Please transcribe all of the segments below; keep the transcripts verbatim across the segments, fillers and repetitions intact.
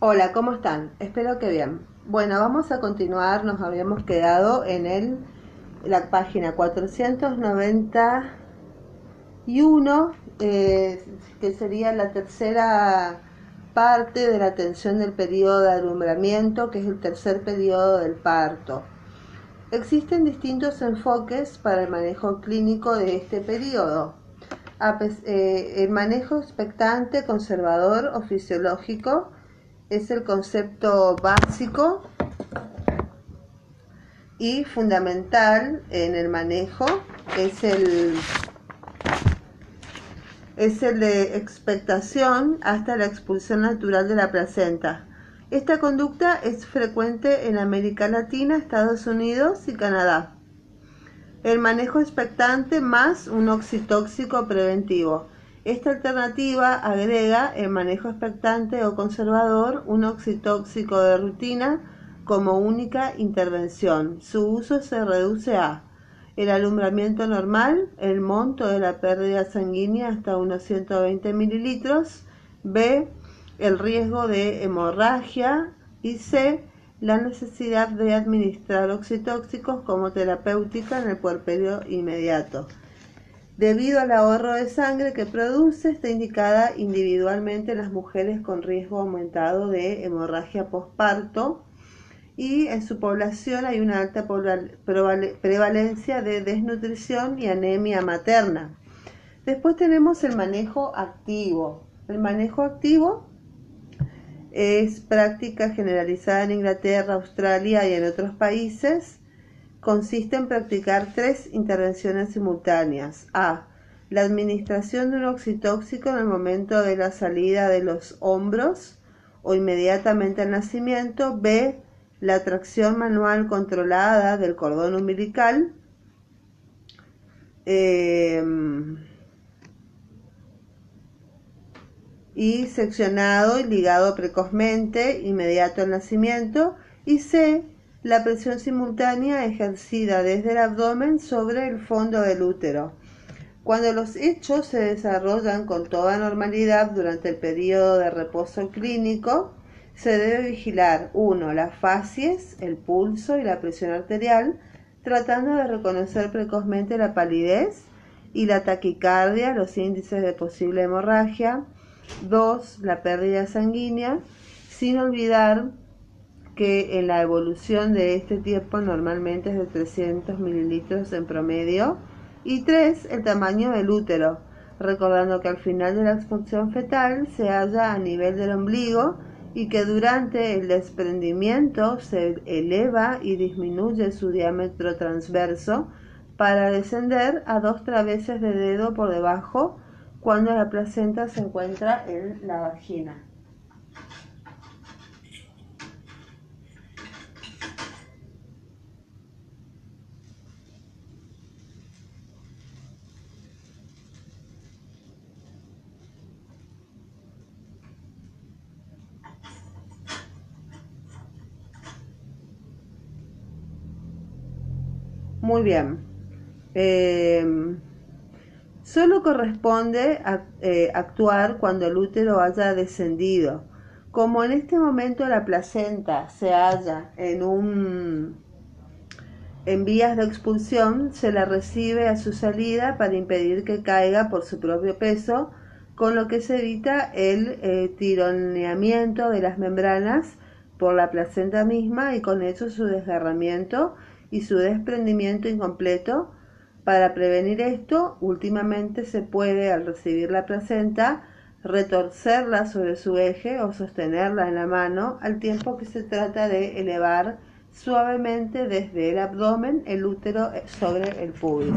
Hola, ¿cómo están? Espero que bien. Bueno, vamos a continuar, nos habíamos quedado en el, la página cuatrocientos noventa y uno, eh, que sería la tercera parte de la atención del periodo de alumbramiento, que es el tercer periodo del parto. Existen distintos enfoques para el manejo clínico de este periodo. El manejo expectante, conservador o fisiológico es el concepto básico y fundamental en el manejo. Es el, es el de expectación hasta la expulsión natural de la placenta. Esta conducta es frecuente en América Latina, Estados Unidos y Canadá. El manejo expectante más un oxitóxico preventivo. Esta alternativa agrega el manejo expectante o conservador, un oxitóxico de rutina como única intervención. Su uso se reduce a el alumbramiento normal, el monto de la pérdida sanguínea hasta unos ciento veinte mililitros, B, el riesgo de hemorragia y C, la necesidad de administrar oxitóxicos como terapéutica en el puerperio inmediato. Debido al ahorro de sangre que produce, está indicada individualmente en las mujeres con riesgo aumentado de hemorragia posparto y en su población hay una alta prevalencia de desnutrición y anemia materna. Después tenemos el manejo activo. El manejo activo es práctica generalizada en Inglaterra, Australia y en otros países. Consiste en practicar tres intervenciones simultáneas. A. La administración de un oxitóxico en el momento de la salida de los hombros o inmediatamente al nacimiento. B. La tracción manual controlada del cordón umbilical. Eh, y seccionado y ligado precozmente, inmediato al nacimiento. Y C. La presión simultánea ejercida desde el abdomen sobre el fondo del útero. Cuando los hechos se desarrollan con toda normalidad durante el periodo de reposo clínico, se debe vigilar uno Las facies, el pulso y la presión arterial, tratando de reconocer precozmente la palidez y la taquicardia, los índices de posible hemorragia. dos La pérdida sanguínea, sin olvidar que en la evolución de este tiempo normalmente es de trescientos mililitros en promedio. Y tres El tamaño del útero, recordando que al final de la expulsión fetal se halla a nivel del ombligo y que durante el desprendimiento se eleva y disminuye su diámetro transverso para descender a dos traveses de dedo por debajo cuando la placenta se encuentra en la vagina. Muy bien. Eh, solo corresponde a, eh, actuar cuando el útero haya descendido. Como en este momento la placenta se halla en, un, en vías de expulsión, se la recibe a su salida para impedir que caiga por su propio peso, con lo que se evita el eh, tironeamiento de las membranas por la placenta misma y con ello su desgarramiento y su desprendimiento incompleto. Para prevenir esto, últimamente se puede, al recibir la placenta, retorcerla sobre su eje o sostenerla en la mano al tiempo que se trata de elevar suavemente desde el abdomen el útero sobre el pubis.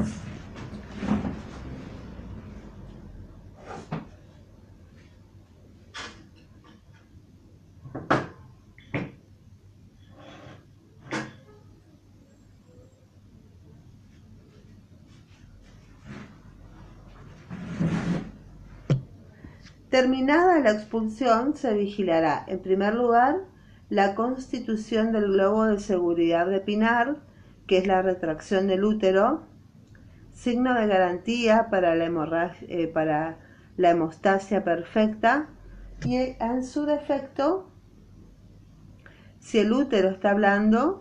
Terminada la expulsión, se vigilará, en primer lugar, la constitución del globo de seguridad de Pinard, que es la retracción del útero, signo de garantía para la, hemorragia, eh, para la hemostasia perfecta, y en su defecto, Si el útero está blando,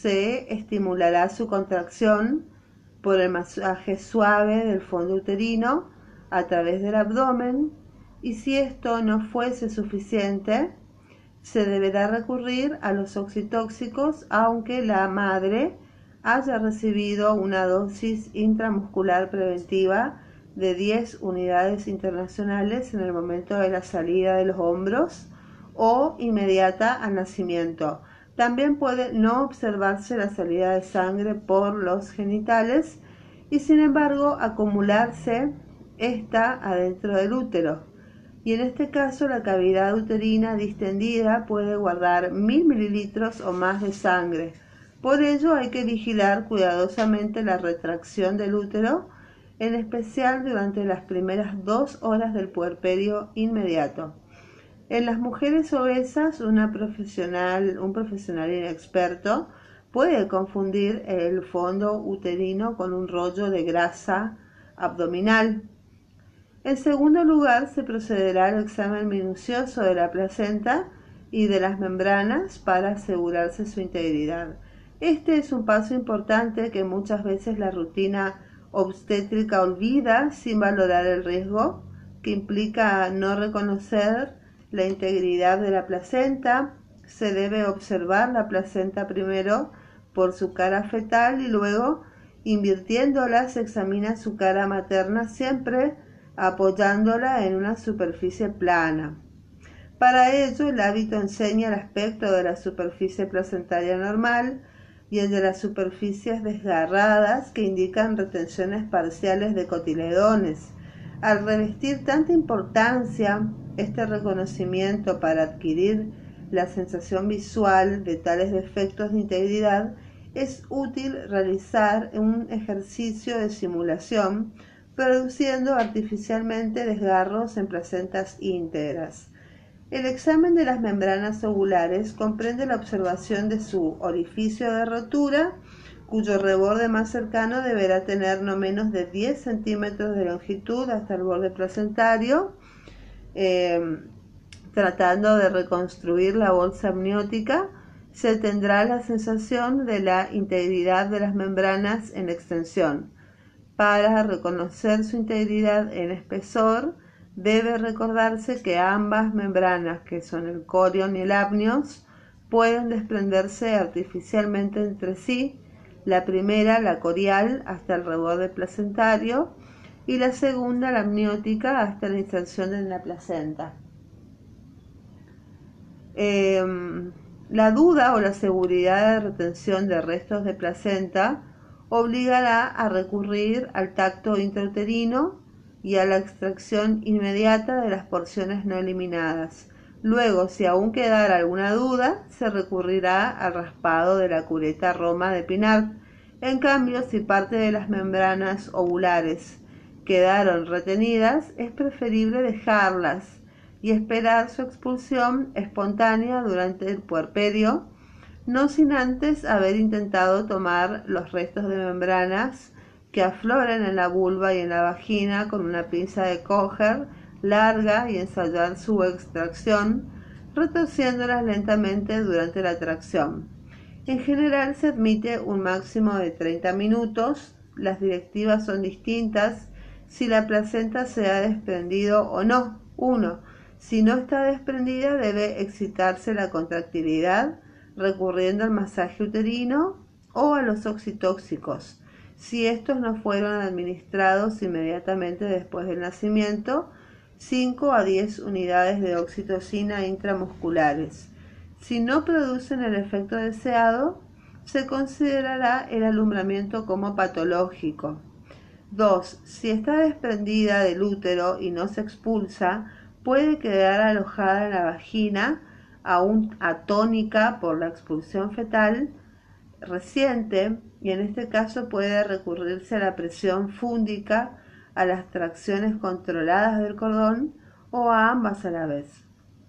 se estimulará su contracción por el masaje suave del fondo uterino a través del abdomen, y si esto no fuese suficiente, se deberá recurrir a los oxitóxicos aunque la madre haya recibido una dosis intramuscular preventiva de diez unidades internacionales en el momento de la salida de los hombros o inmediata al nacimiento. También puede no observarse la salida de sangre por los genitales y sin embargo acumularse esta adentro del útero. Y en este caso la cavidad uterina distendida puede guardar mil mililitros o más de sangre. Por ello hay que vigilar cuidadosamente la retracción del útero, en especial durante las primeras dos horas del puerperio inmediato. En las mujeres obesas, una profesional, un profesional inexperto puede confundir el fondo uterino con un rollo de grasa abdominal. En segundo lugar, se procederá al examen minucioso de la placenta y de las membranas para asegurarse su integridad. Este es un paso importante que muchas veces la rutina obstétrica olvida sin valorar el riesgo que implica no reconocer la integridad de la placenta. Se debe observar la placenta primero por su cara fetal y luego, invirtiéndola, se examina su cara materna, siempre apoyándola en una superficie plana. Para ello, el hábito enseña el aspecto de la superficie placentaria normal y el de las superficies desgarradas que indican retenciones parciales de cotiledones. Al revestir tanta importancia este reconocimiento para adquirir la sensación visual de tales defectos de integridad, es útil realizar un ejercicio de simulación produciendo artificialmente desgarros en placentas íntegras. El examen de las membranas ovulares comprende la observación de su orificio de rotura, cuyo reborde más cercano deberá tener no menos de diez centímetros de longitud hasta el borde placentario, eh, tratando de reconstruir la bolsa amniótica. Se tendrá la sensación de la integridad de las membranas en extensión. Para reconocer su integridad en espesor, debe recordarse que ambas membranas, que son el corion y el amnios, pueden desprenderse artificialmente entre sí, la primera, la corial, hasta el reborde placentario, y la segunda, la amniótica, hasta la inserción en la placenta. Eh, la duda o la seguridad de retención de restos de placenta obligará a recurrir al tacto intrauterino y a la extracción inmediata de las porciones no eliminadas. Luego, si aún quedara alguna duda, se recurrirá al raspado de la cureta Roma de Pinard. En cambio, si parte de las membranas ovulares quedaron retenidas, es preferible dejarlas y esperar su expulsión espontánea durante el puerperio, no sin antes haber intentado tomar los restos de membranas que afloran en la vulva y en la vagina con una pinza de coger larga y ensayar su extracción, retorciéndolas lentamente durante la tracción. En general se admite un máximo de treinta minutos. Las directivas son distintas si la placenta se ha desprendido o no. uno. Si no está desprendida, debe excitarse la contractilidad recurriendo al masaje uterino o a los oxitóxicos. Si estos no fueron administrados inmediatamente después del nacimiento, cinco a diez unidades de oxitocina intramusculares. Si no producen el efecto deseado, se considerará el alumbramiento como patológico. dos. Si está desprendida del útero y no se expulsa, puede quedar alojada en la vagina, aún atónica por la expulsión fetal reciente, y en este caso puede recurrirse a la presión fúndica, a las tracciones controladas del cordón o a ambas a la vez.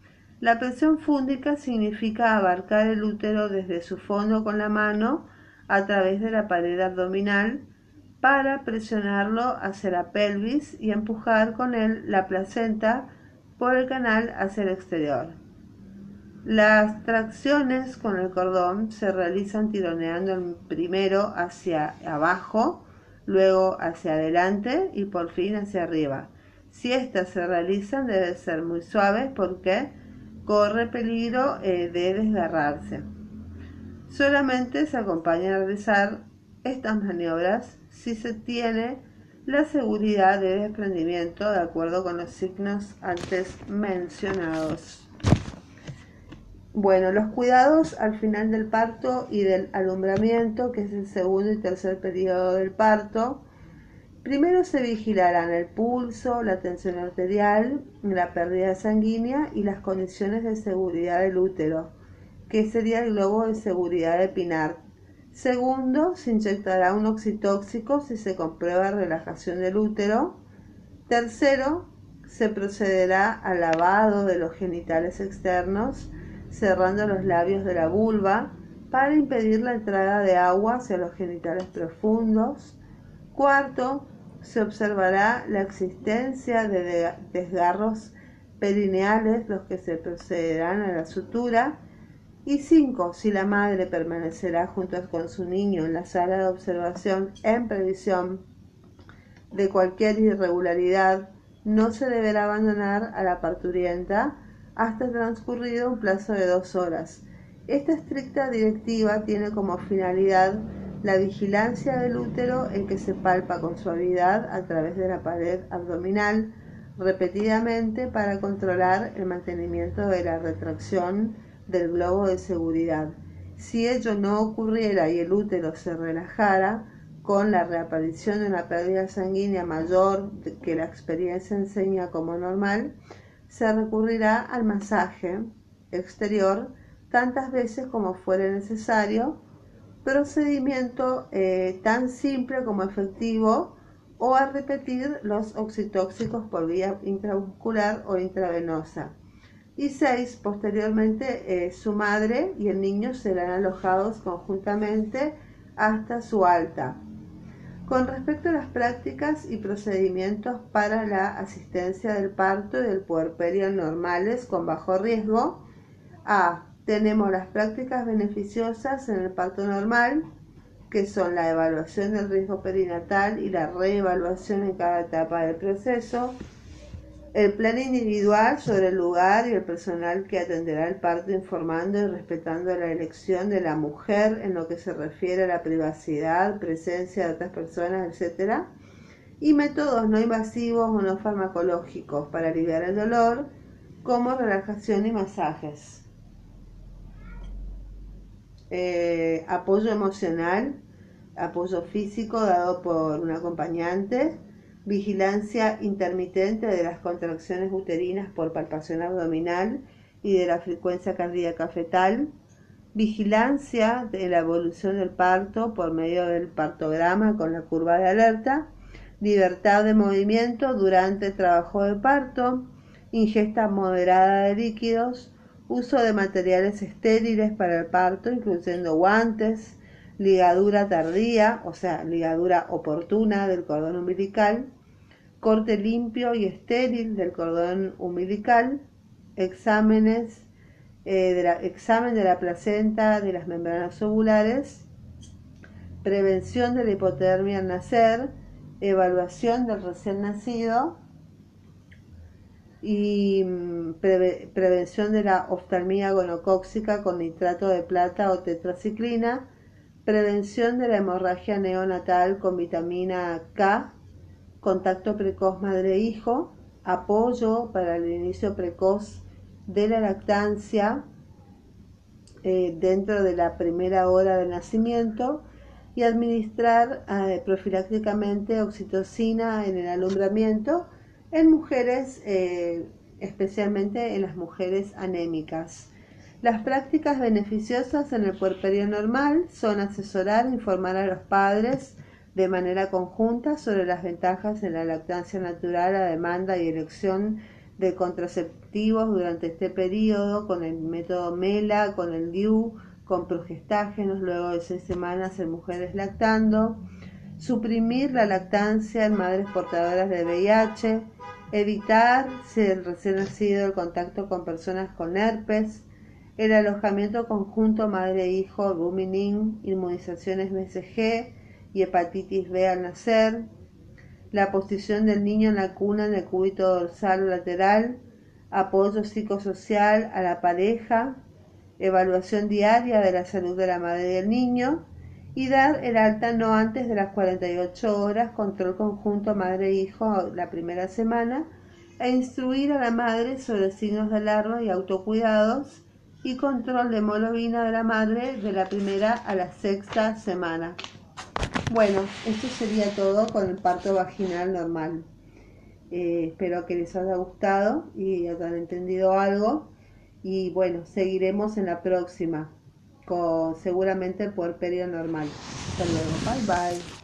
La presión fúndica significa abarcar el útero desde su fondo con la mano a través de la pared abdominal para presionarlo hacia la pelvis y empujar con él la placenta por el canal hacia el exterior. Las tracciones con el cordón se realizan tironeando primero hacia abajo, luego hacia adelante y por fin hacia arriba. Si estas se realizan deben ser muy suaves porque corre peligro eh, de desgarrarse. Solamente se acompaña a realizar estas maniobras si se tiene la seguridad de desprendimiento de acuerdo con los signos antes mencionados. Bueno, los cuidados al final del parto y del alumbramiento, que es el segundo y tercer periodo del parto. Primero se vigilarán el pulso, la tensión arterial, la pérdida sanguínea y las condiciones de seguridad del útero, que sería el globo de seguridad de Pinart. Segundo, se inyectará un oxitóxico si se comprueba relajación del útero. Tercero, se procederá al lavado de los genitales externos, cerrando los labios de la vulva para impedir la entrada de agua hacia los genitales profundos. Cuarto, se observará la existencia de desgarros perineales, los que se procederán a la sutura. Y cinco, si la madre permanecerá junto con su niño en la sala de observación en previsión de cualquier irregularidad, no se deberá abandonar a la parturienta hasta transcurrido un plazo de dos horas. Esta estricta directiva tiene como finalidad la vigilancia del útero, en que se palpa con suavidad a través de la pared abdominal repetidamente para controlar el mantenimiento de la retracción del globo de seguridad. Si ello no ocurriera y el útero se relajara, con la reaparición de una pérdida sanguínea mayor que la experiencia enseña como normal, se recurrirá al masaje exterior tantas veces como fuere necesario, procedimiento eh, tan simple como efectivo, o a repetir los oxitóxicos por vía intramuscular o intravenosa. Y seis, posteriormente eh, su madre y el niño serán alojados conjuntamente hasta su alta. Con respecto a las prácticas y procedimientos para la asistencia del parto y del puerperio normales con bajo riesgo, A. Tenemos las prácticas beneficiosas en el parto normal, que son la evaluación del riesgo perinatal y la reevaluación en cada etapa del proceso, el plan individual sobre el lugar y el personal que atenderá el parto, informando y respetando la elección de la mujer en lo que se refiere a la privacidad, presencia de otras personas, etcétera, y métodos no invasivos o no farmacológicos para aliviar el dolor, como relajación y masajes. Eh, apoyo emocional, apoyo físico dado por un acompañante, vigilancia intermitente de las contracciones uterinas por palpación abdominal y de la frecuencia cardíaca fetal, vigilancia de la evolución del parto por medio del partograma con la curva de alerta, libertad de movimiento durante el trabajo de parto, ingesta moderada de líquidos, uso de materiales estériles para el parto, incluyendo guantes, ligadura tardía, o sea, ligadura oportuna del cordón umbilical, corte limpio y estéril del cordón umbilical, exámenes, eh, de la, examen de la placenta, de las membranas ovulares, prevención de la hipotermia al nacer, evaluación del recién nacido y pre prevención de la oftalmía gonocóxica con nitrato de plata o tetraciclina, prevención de la hemorragia neonatal con vitamina K, contacto precoz madre-hijo, apoyo para el inicio precoz de la lactancia eh, dentro de la primera hora del nacimiento, y administrar eh, profilácticamente oxitocina en el alumbramiento en mujeres, eh, especialmente en las mujeres anémicas. Las prácticas beneficiosas en el puerperio normal son asesorar e informar a los padres de manera conjunta sobre las ventajas en la lactancia natural a demanda y elección de contraceptivos durante este periodo, con el método MELA, con el D I U, con progestágenos luego de seis semanas en mujeres lactando, suprimir la lactancia en madres portadoras de V I H, evitar si el recién nacido el contacto con personas con herpes, el alojamiento conjunto madre-hijo Ruminín, inmunizaciones B C G y hepatitis B al nacer, la posición del niño en la cuna en el cúbito dorsal o lateral, apoyo psicosocial a la pareja, evaluación diaria de la salud de la madre y del niño, y dar el alta no antes de las cuarenta y ocho horas, control conjunto madre-hijo la primera semana, e instruir a la madre sobre signos de alarma y autocuidados, y control de hemoglobina de la madre de la primera a la sexta semana. Bueno, esto sería todo con el parto vaginal normal. Eh, espero que les haya gustado y hayan entendido algo. Y bueno, seguiremos en la próxima con seguramente el puerperio normal. Hasta luego, bye bye.